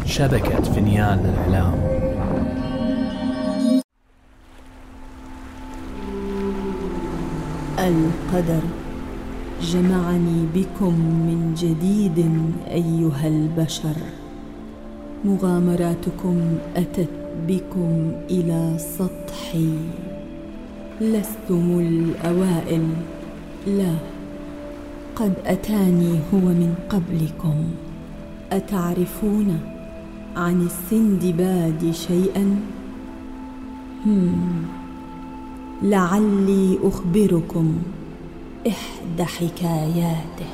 شبكة فنيان الإعلام. القدر جمعني بكم من جديد أيها البشر. مغامراتكم أتت بكم إلى سطحي. لستم الأوائل، لا، قد أتاني هو من قبلكم. أتعرفون عن السندباد شيئا؟ لعلي أخبركم إحدى حكاياته.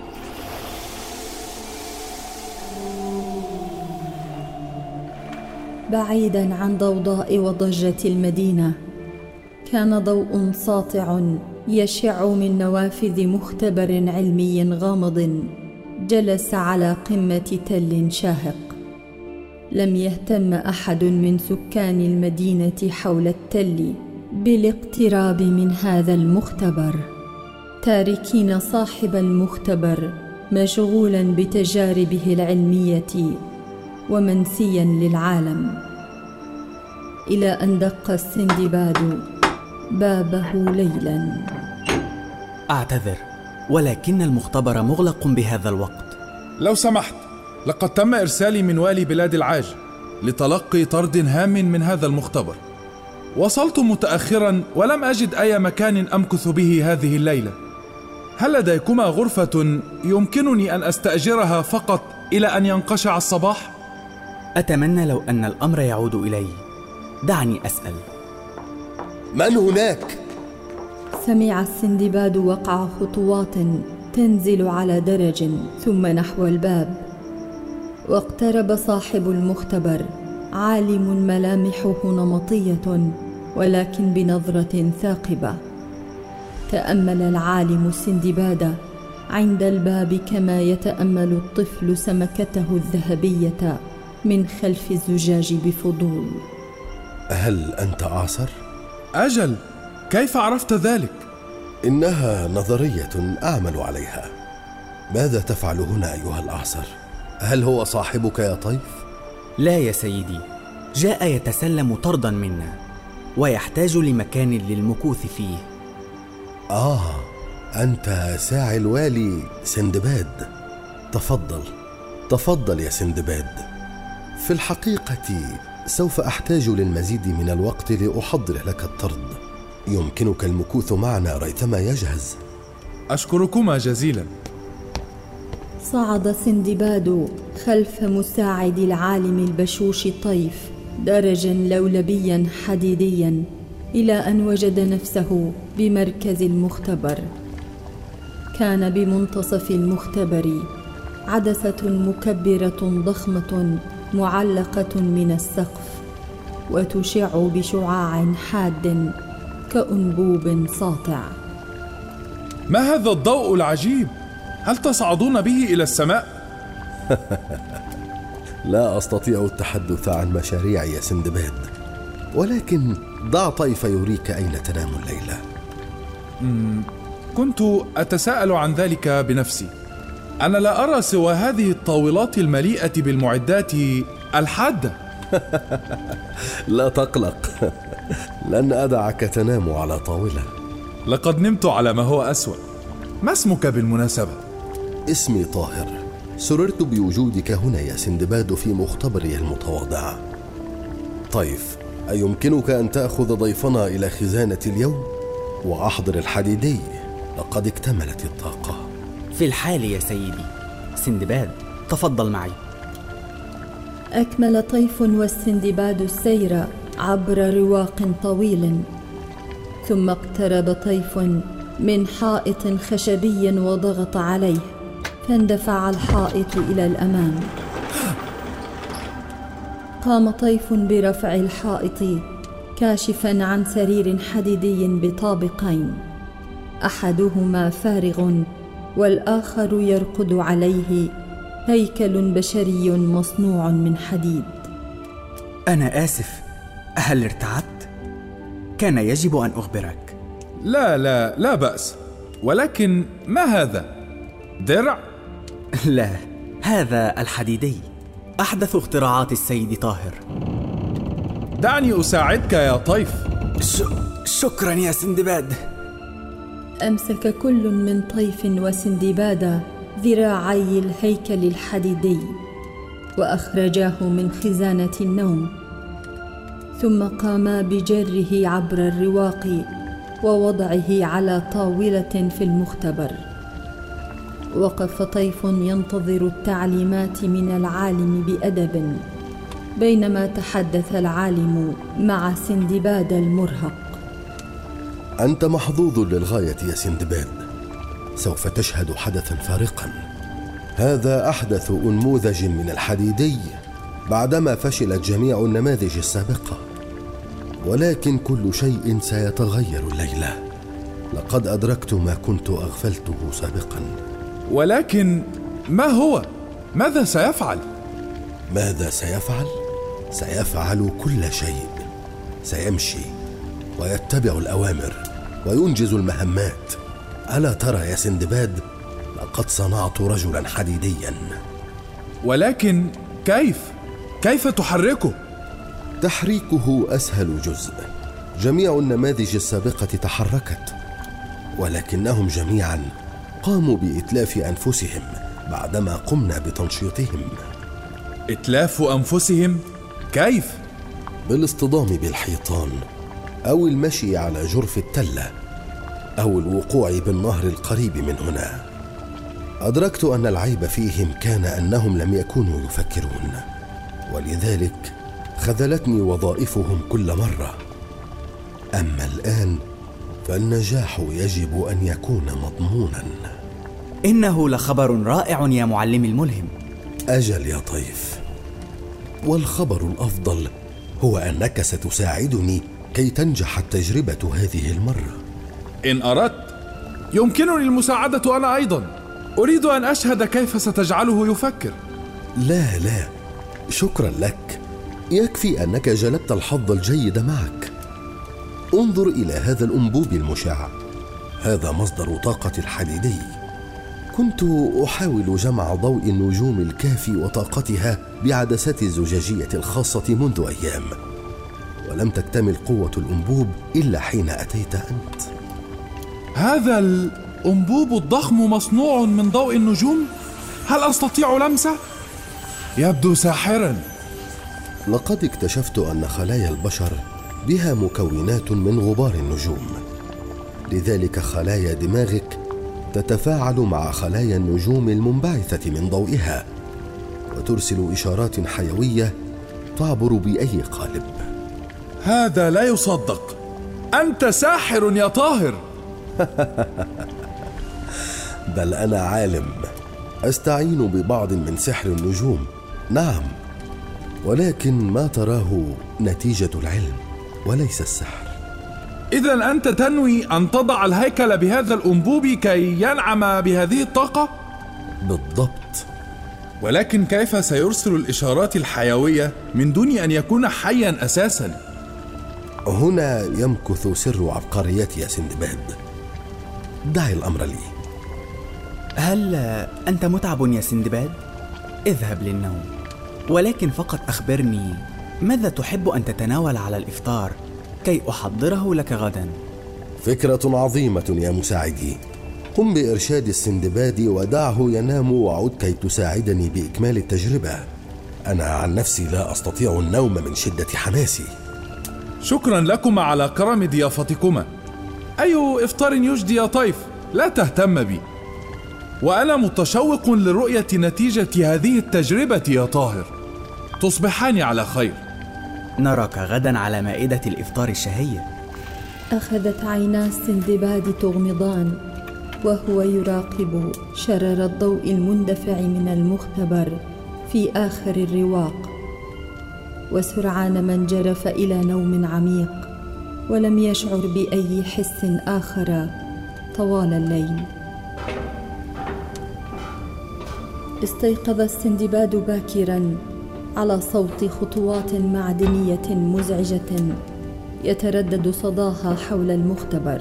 بعيدا عن ضوضاء وضجة المدينة، كان ضوء ساطع يشع من نوافذ مختبر علمي غامض جلس على قمة تل شاهق. لم يهتم أحد من سكان المدينة حول التل بالاقتراب من هذا المختبر، تاركين صاحب المختبر مشغولا بتجاربه العلمية ومنسيا للعالم، إلى أن دق السندباد بابه ليلا. أعتذر، ولكن المختبر مغلق بهذا الوقت. لو سمحت، لقد تم إرسالي من والي بلاد العاج لتلقي طرد هام من هذا المختبر. وصلت متأخرا ولم أجد أي مكان أمكث به هذه الليلة. هل لديكما غرفة يمكنني أن أستأجرها فقط إلى أن ينقشع الصباح؟ أتمنى لو أن الأمر يعود إلي. دعني أسأل. من هناك؟ سمع السندباد وقع خطوات تنزل على درج ثم نحو الباب، واقترب صاحب المختبر، عالم ملامحه نمطية ولكن بنظرة ثاقبة. تأمل العالم السندباد عند الباب كما يتأمل الطفل سمكته الذهبية من خلف الزجاج بفضول. هل أنت أعصر؟ أجل، كيف عرفت ذلك؟ إنها نظرية أعمل عليها. ماذا تفعل هنا أيها الأعصر؟ هل هو صاحبك يا طيف؟ لا يا سيدي، جاء يتسلم طردا منا ويحتاج لمكان للمكوث فيه. أنت ساعي الوالي سندباد. تفضل يا سندباد. في الحقيقة سوف أحتاج للمزيد من الوقت لأحضر لك الطرد. يمكنك المكوث معنا ريثما يجهز. أشكركما جزيلا. صعد سندباد خلف مساعد العالم البشوش طيف درجا لولبيا حديديا إلى أن وجد نفسه بمركز المختبر. كان بمنتصف المختبر عدسة مكبرة ضخمة معلقة من السقف، وتشع بشعاع حاد كأنبوب ساطع. ما هذا الضوء العجيب؟ هل تصعدون به إلى السماء؟ لا أستطيع التحدث عن مشاريعي يا سندباد، ولكن ضع طيف يريك أين تنام الليلة. كنت أتساءل عن ذلك بنفسي. أنا لا أرى سوى هذه الطاولات المليئة بالمعدات الحادة. لا تقلق، لن أدعك تنام على طاولة. لقد نمت على ما هو أسوأ. ما اسمك بالمناسبة؟ اسمي طاهر. سررت بوجودك هنا يا سندباد في مختبري المتواضع. طيف، أيمكنك أن تأخذ ضيفنا إلى خزانة اليوم؟ وأحضر الحديدي، لقد اكتملت الطاقة. في الحال يا سيدي. سندباد، تفضل معي. أكمل طيف والسندباد السير عبر رواق طويل، ثم اقترب طيف من حائط خشبي وضغط عليه، فاندفع الحائط إلى الأمام. قام طيف برفع الحائط كاشفا عن سرير حديدي بطابقين، أحدهما فارغ والآخر يرقد عليه هيكل بشري مصنوع من حديد. أنا آسف، هل ارتعبت؟ كان يجب أن أخبرك. لا بأس، ولكن ما هذا؟ درع؟ لا، هذا الحديدي. أحدث اختراعات السيد طاهر. دعني أساعدك يا طيف. شكرا يا سندباد. أمسك كل من طيف وسندباد ذراعي الهيكل الحديدي وأخرجاه من خزانة النوم، ثم قاما بجره عبر الرواق ووضعه على طاولة في المختبر. وقف طيف ينتظر التعليمات من العالم بأدب، بينما تحدث العالم مع سندباد المرهق. أنت محظوظ للغاية يا سندباد، سوف تشهد حدثا فارقا. هذا أحدث أنموذج من الحديدي بعدما فشلت جميع النماذج السابقة، ولكن كل شيء سيتغير الليلة. لقد أدركت ما كنت أغفلته سابقا. ولكن ما هو؟ ماذا سيفعل؟ ماذا سيفعل؟ سيفعل كل شيء. سيمشي ويتبع الأوامر وينجز المهمات. ألا ترى يا سندباد؟ لقد صنعت رجلا حديديا. ولكن كيف تحركه؟ تحريكه أسهل جزء. جميع النماذج السابقة تحركت، ولكنهم جميعا قاموا بإتلاف أنفسهم بعدما قمنا بتنشيطهم. إتلاف أنفسهم؟ كيف؟ بالاصطدام بالحيطان، أو المشي على جرف التلة، أو الوقوع بالنهر القريب من هنا. أدركت أن العيب فيهم كان أنهم لم يكونوا يفكرون، ولذلك خذلتني وظائفهم كل مرة. أما الآن فالنجاح يجب أن يكون مضمونا. إنه لخبر رائع يا معلم الملهم. أجل يا طيف، والخبر الأفضل هو أنك ستساعدني كي تنجح التجربة هذه المرة. إن أردت يمكنني المساعدة أنا أيضا. أريد أن أشهد كيف ستجعله يفكر. لا، شكرا لك. يكفي أنك جلبت الحظ الجيد معك. انظر إلى هذا الأنبوب المشع. هذا مصدر طاقة الحديدي. كنت أحاول جمع ضوء النجوم الكافي وطاقتها بعدسات الزجاجية الخاصة منذ أيام، ولم تكتمل قوة الأنبوب إلا حين أتيت أنت. هذا الأنبوب الضخم مصنوع من ضوء النجوم؟ هل أستطيع لمسه؟ يبدو ساحراً. لقد اكتشفت أن خلايا البشر بها مكونات من غبار النجوم، لذلك خلايا دماغك تتفاعل مع خلايا النجوم المنبعثة من ضوئها، وترسل إشارات حيوية تعبر بأي قالب. هذا لا يصدق. أنت ساحر يا طاهر. بل أنا عالم، أستعين ببعض من سحر النجوم، نعم، ولكن ما تراه نتيجة العلم وليس السحر. إذن أنت تنوي أن تضع الهيكل بهذا الأنبوب كي ينعم بهذه الطاقة؟ بالضبط. ولكن كيف سيرسل الإشارات الحيوية من دون أن يكون حياً أساساً؟ هنا يمكث سر عبقريتي يا سندباد. دعي الأمر لي. هل أنت متعب يا سندباد؟ اذهب للنوم، ولكن فقط أخبرني ماذا تحب أن تتناول على الإفطار كي أحضره لك غدا. فكرة عظيمة يا مساعدي. قم بإرشاد السندباد ودعه ينام وعد كي تساعدني بإكمال التجربة. أنا عن نفسي لا أستطيع النوم من شدة حماسي. شكرا لكما على كرم ضيافتكما. أي إفطار يجدي يا طيف، لا تهتم بي، وأنا متشوق لرؤية نتيجة هذه التجربة يا طاهر. تصبحان على خير. نراك غدا على مائدة الإفطار الشهية. أخذت عينا السندباد تغمضان وهو يراقب شرر الضوء المندفع من المختبر في آخر الرواق، وسرعان ما انجرف إلى نوم عميق ولم يشعر بأي حس آخر طوال الليل. استيقظ السندباد باكراً على صوت خطوات معدنية مزعجة يتردد صداها حول المختبر،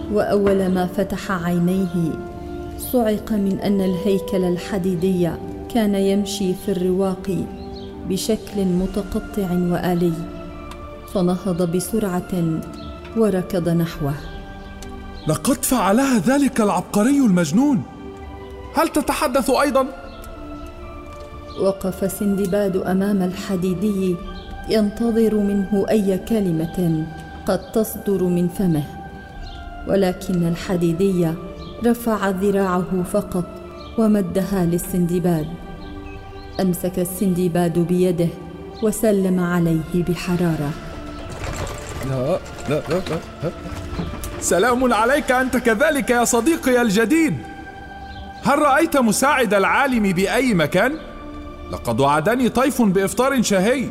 وأول ما فتح عينيه صعق من أن الهيكل الحديدي كان يمشي في الرواق بشكل متقطع وآلي، فنهض بسرعة وركض نحوه. لقد فعلها ذلك العبقري المجنون. هل تتحدث أيضا؟ وقف سندباد أمام الحديدي ينتظر منه أي كلمة قد تصدر من فمه، ولكن الحديدي رفع ذراعه فقط ومدها للسندباد. أمسك السندباد بيده وسلم عليه بحرارة. لا لا لا لا. سلام عليك أنت كذلك يا صديقي الجديد. هل رأيت مساعد العالم بأي مكان؟ لقد وعدني طيف بإفطار شهي.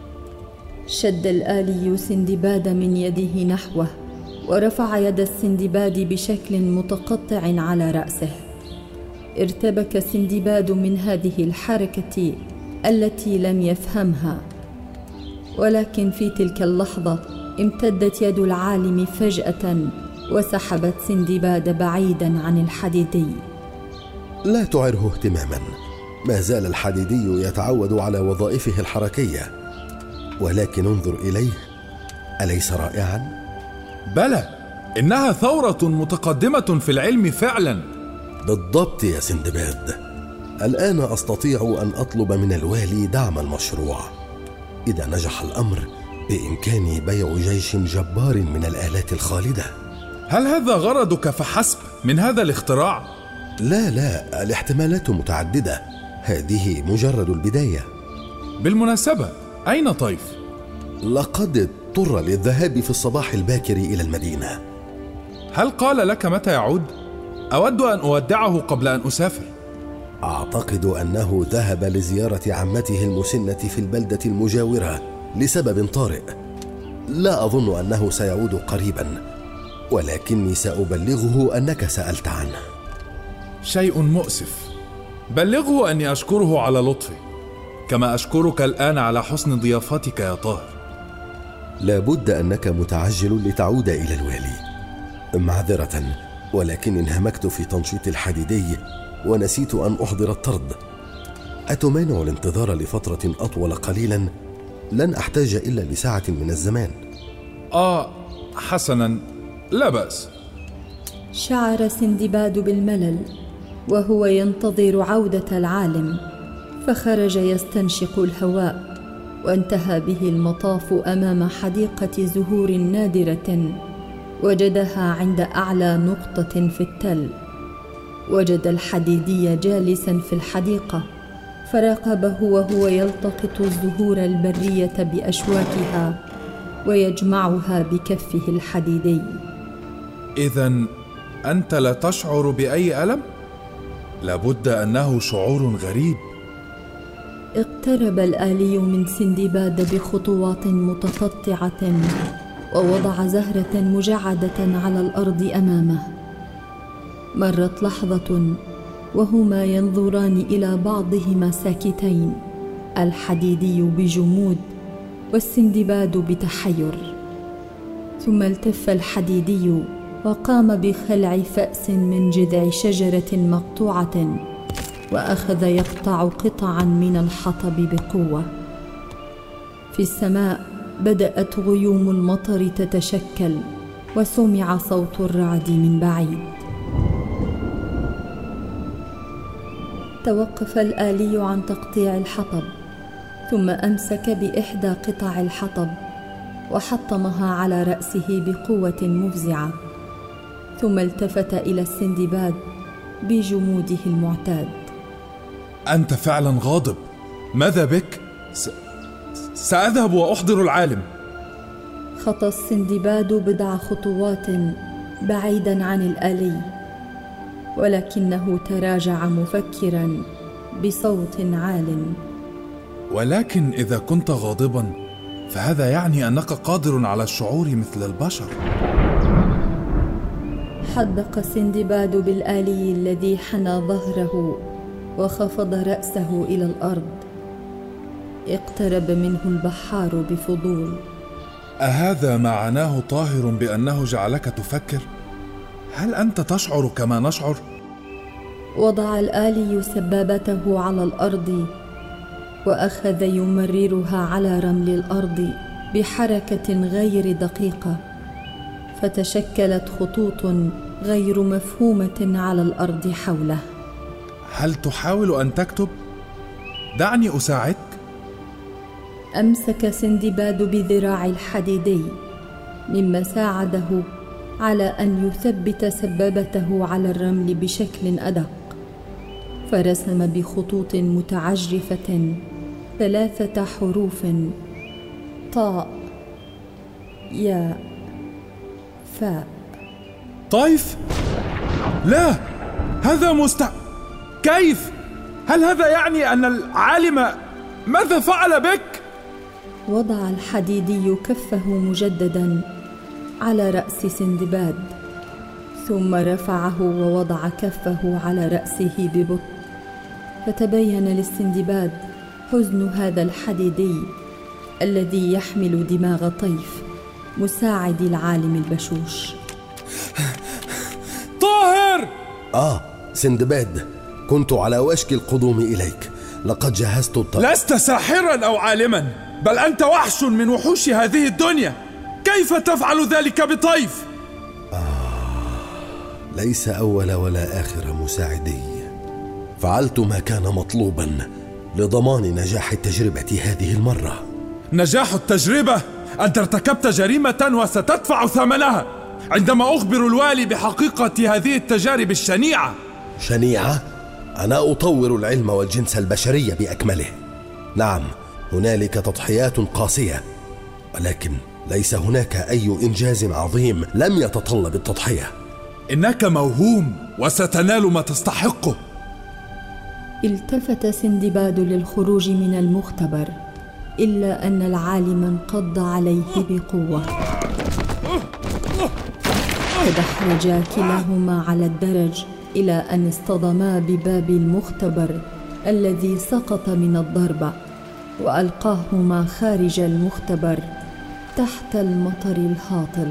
شد الآلي سندباد من يده نحوه، ورفع يد السندباد بشكل متقطع على رأسه. ارتبك سندباد من هذه الحركة التي لم يفهمها، ولكن في تلك اللحظة امتدت يد العالم فجأة وسحبت سندباد بعيدا عن الحديدي. لا تعره اهتماما، ما زال الحديدي يتعود على وظائفه الحركية، ولكن انظر إليه، أليس رائعا؟ بلى، إنها ثورة متقدمة في العلم فعلا. بالضبط يا سندباد. الآن أستطيع أن أطلب من الوالي دعم المشروع. إذا نجح الأمر بإمكاني بيع جيش جبار من الآلات الخالدة. هل هذا غرضك فحسب من هذا الاختراع؟ لا، الاحتمالات متعددة، هذه مجرد البداية. بالمناسبة، أين طيف؟ لقد اضطر للذهاب في الصباح الباكر إلى المدينة. هل قال لك متى يعود؟ أود أن أودعه قبل أن أسافر. أعتقد أنه ذهب لزيارة عمته المسنة في البلدة المجاورة لسبب طارئ. لا أظن أنه سيعود قريبا، ولكني سأبلغه أنك سألت عنه. شيء مؤسف. بلغه أني أشكره على لطفي، كما أشكرك الآن على حسن ضيافتك يا طاهر. لابد أنك متعجل لتعود إلى الوالي. معذرة، ولكن انهمكت في تنشيط الحديدي ونسيت أن أحضر الطرد. أتمانع الانتظار لفترة أطول قليلا؟ لن أحتاج إلا لساعة من الزمان. حسنا، لا بأس. شعر سندباد بالملل وهو ينتظر عودة العالم، فخرج يستنشق الهواء، وانتهى به المطاف أمام حديقة زهور نادرة وجدها عند أعلى نقطة في التل. وجد الحديدي جالسا في الحديقة، فراقبه وهو يلتقط الزهور البرية بأشواكها ويجمعها بكفه الحديدي. إذن أنت لا تشعر بأي ألم؟ لابد أنه شعور غريب. اقترب الآلي من سندباد بخطوات متقطعة، ووضع زهرة مجعدة على الأرض أمامه. مرت لحظة وهما ينظران إلى بعضهما ساكتين، الحديدي بجمود والسندباد بتحير. ثم التف الحديدي وقام بخلع فأس من جذع شجرة مقطوعة، وأخذ يقطع قطعا من الحطب بقوة. في السماء بدأت غيوم المطر تتشكل، وسمع صوت الرعد من بعيد. توقف الآلي عن تقطيع الحطب، ثم أمسك بإحدى قطع الحطب وحطمها على رأسه بقوة مفزعة، ثم التفت إلى السندباد بجموده المعتاد. أنت فعلا غاضب. ماذا بك؟ سأذهب وأحضر العالم. خطى السندباد بضع خطوات بعيدا عن الآلي، ولكنه تراجع مفكرا بصوت عال. ولكن إذا كنت غاضبا فهذا يعني أنك قادر على الشعور مثل البشر. حدق السندباد بالآلي الذي حنى ظهره وخفض رأسه إلى الأرض. اقترب منه البحار بفضول. أهذا معناه طاهر بأنه جعلك تفكر؟ هل أنت تشعر كما نشعر؟ وضع الآلي سبابته على الأرض وأخذ يمررها على رمل الأرض بحركة غير دقيقة، فتشكلت خطوط غير مفهومة على الأرض حوله. هل تحاول أن تكتب؟ دعني أساعدك. أمسك سندباد بذراع الحديدي، مما ساعده على أن يثبت سبابته على الرمل بشكل أدق، فرسم بخطوط متعجرفة 3 حروف: طاء ياء فاء. طيف؟ لا، هذا كيف؟ هل هذا يعني أن العالم ماذا فعل بك؟ وضع الحديدي كفه مجددا على رأس سندباد، ثم رفعه ووضع كفه على رأسه ببطء، فتبين للسندباد حزن هذا الحديدي الذي يحمل دماغ طيف مساعد العالم البشوش. طاهر! سندباد، كنت على وشك القدوم إليك. لقد جهزت لست ساحرا أو عالما، بل أنت وحش من وحوش هذه الدنيا. كيف تفعل ذلك بطيف؟ ليس أول ولا آخر مساعدي. فعلت ما كان مطلوبا لضمان نجاح التجربة هذه المرة. نجاح التجربة؟ أنت ارتكبت جريمة وستدفع ثمنها عندما أخبر الوالي بحقيقة هذه التجارب الشنيعة. شنيعة؟ أنا أطور العلم والجنس البشري بأكمله. نعم، هنالك تضحيات قاسية، ولكن ليس هناك أي إنجاز عظيم لم يتطلب التضحية. إنك موهوم وستنال ما تستحقه. التفت سندباد للخروج من المختبر، إلا أن العالم انقض عليه بقوة، فدحرجا كلاهما على الدرج إلى أن اصطدما بباب المختبر الذي سقط من الضربة، وألقاهما خارج المختبر تحت المطر الهاطل.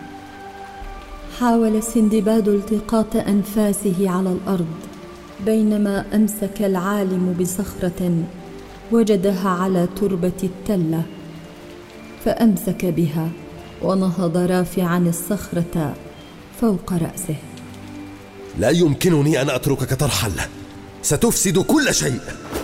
حاول سندباد التقاط أنفاسه على الأرض، بينما أمسك العالم بصخرة وجدها على تربة التلة، فأمسك بها ونهض رافعا الصخرة فوق رأسه. لا يمكنني أن أتركك ترحل، ستفسد كل شيء.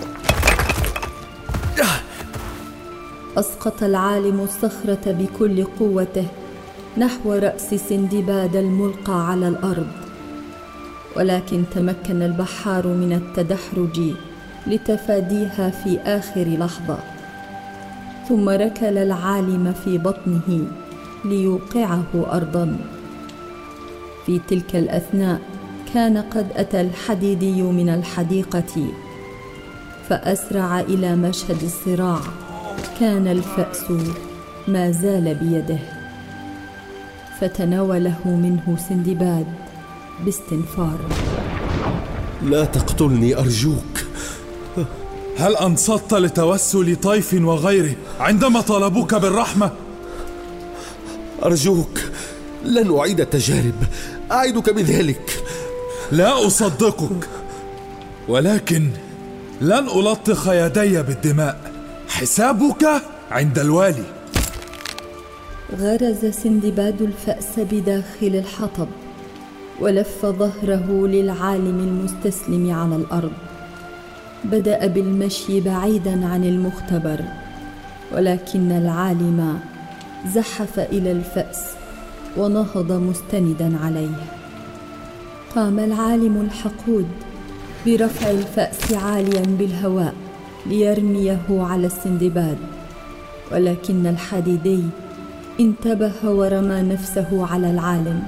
أسقط العالم الصخرة بكل قوته نحو رأس سندباد الملقى على الأرض، ولكن تمكن البحار من التدحرج لتفاديها في آخر لحظة، ثم ركل العالم في بطنه ليوقعه أرضاً. في تلك الأثناء كان قد أتى الحديدي من الحديقة، فأسرع إلى مشهد الصراع. كان الفأس ما زال بيده، فتناوله منه سندباد باستنفار. لا تقتلني أرجوك. هل أنصت لتوسل طيف وغيره عندما طلبوك بالرحمة؟ أرجوك، لن أعيد التجارب، أعدك بذلك. لا أصدقك، ولكن لن ألطخ يدي بالدماء. حسابك عند الوالي. غرز سندباد الفأس بداخل الحطب، ولف ظهره للعالم المستسلم على الأرض. بدأ بالمشي بعيدا عن المختبر، ولكن العالم زحف إلى الفأس ونهض مستندا عليه. قام العالم الحقود برفع الفأس عاليا بالهواء ليرميه على السندباد، ولكن الحديدي انتبه ورمى نفسه على العالم.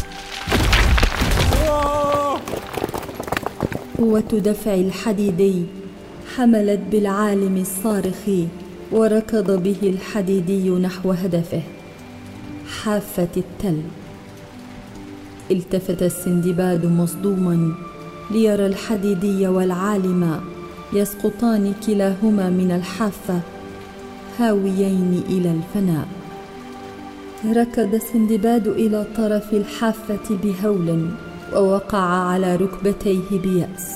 قوة دفع الحديدي حملت بالعالم الصارخ، وركض به الحديدي نحو هدفه، حافة التل. التفت السندباد مصدوما ليرى الحديدي والعالم يسقطان كلاهما من الحافة هاويين إلى الفناء. ركض سندباد إلى طرف الحافة بهول، ووقع على ركبتيه بيأس.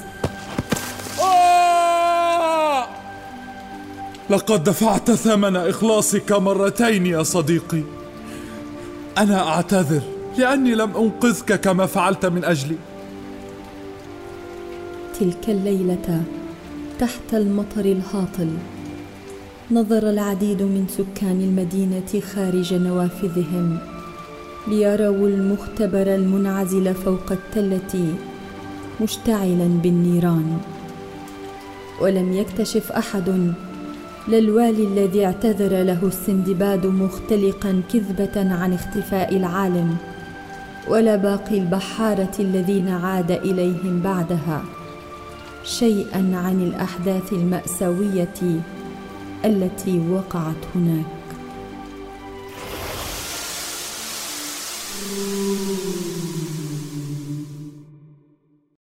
لقد دفعت ثمن إخلاصك مرتين يا صديقي. أنا أعتذر لأني لم أنقذك كما فعلت من أجلي. تلك الليلة تحت المطر الهاطل نظر العديد من سكان المدينة خارج نوافذهم ليروا المختبر المنعزل فوق التلة مشتعلا بالنيران، ولم يكتشف أحد لا الوالي الذي اعتذر له السندباد مختلقا كذبة عن اختفاء العالم، ولا باقي البحارة الذين عاد إليهم بعدها شيئا عن الأحداث المأساوية التي وقعت هناك.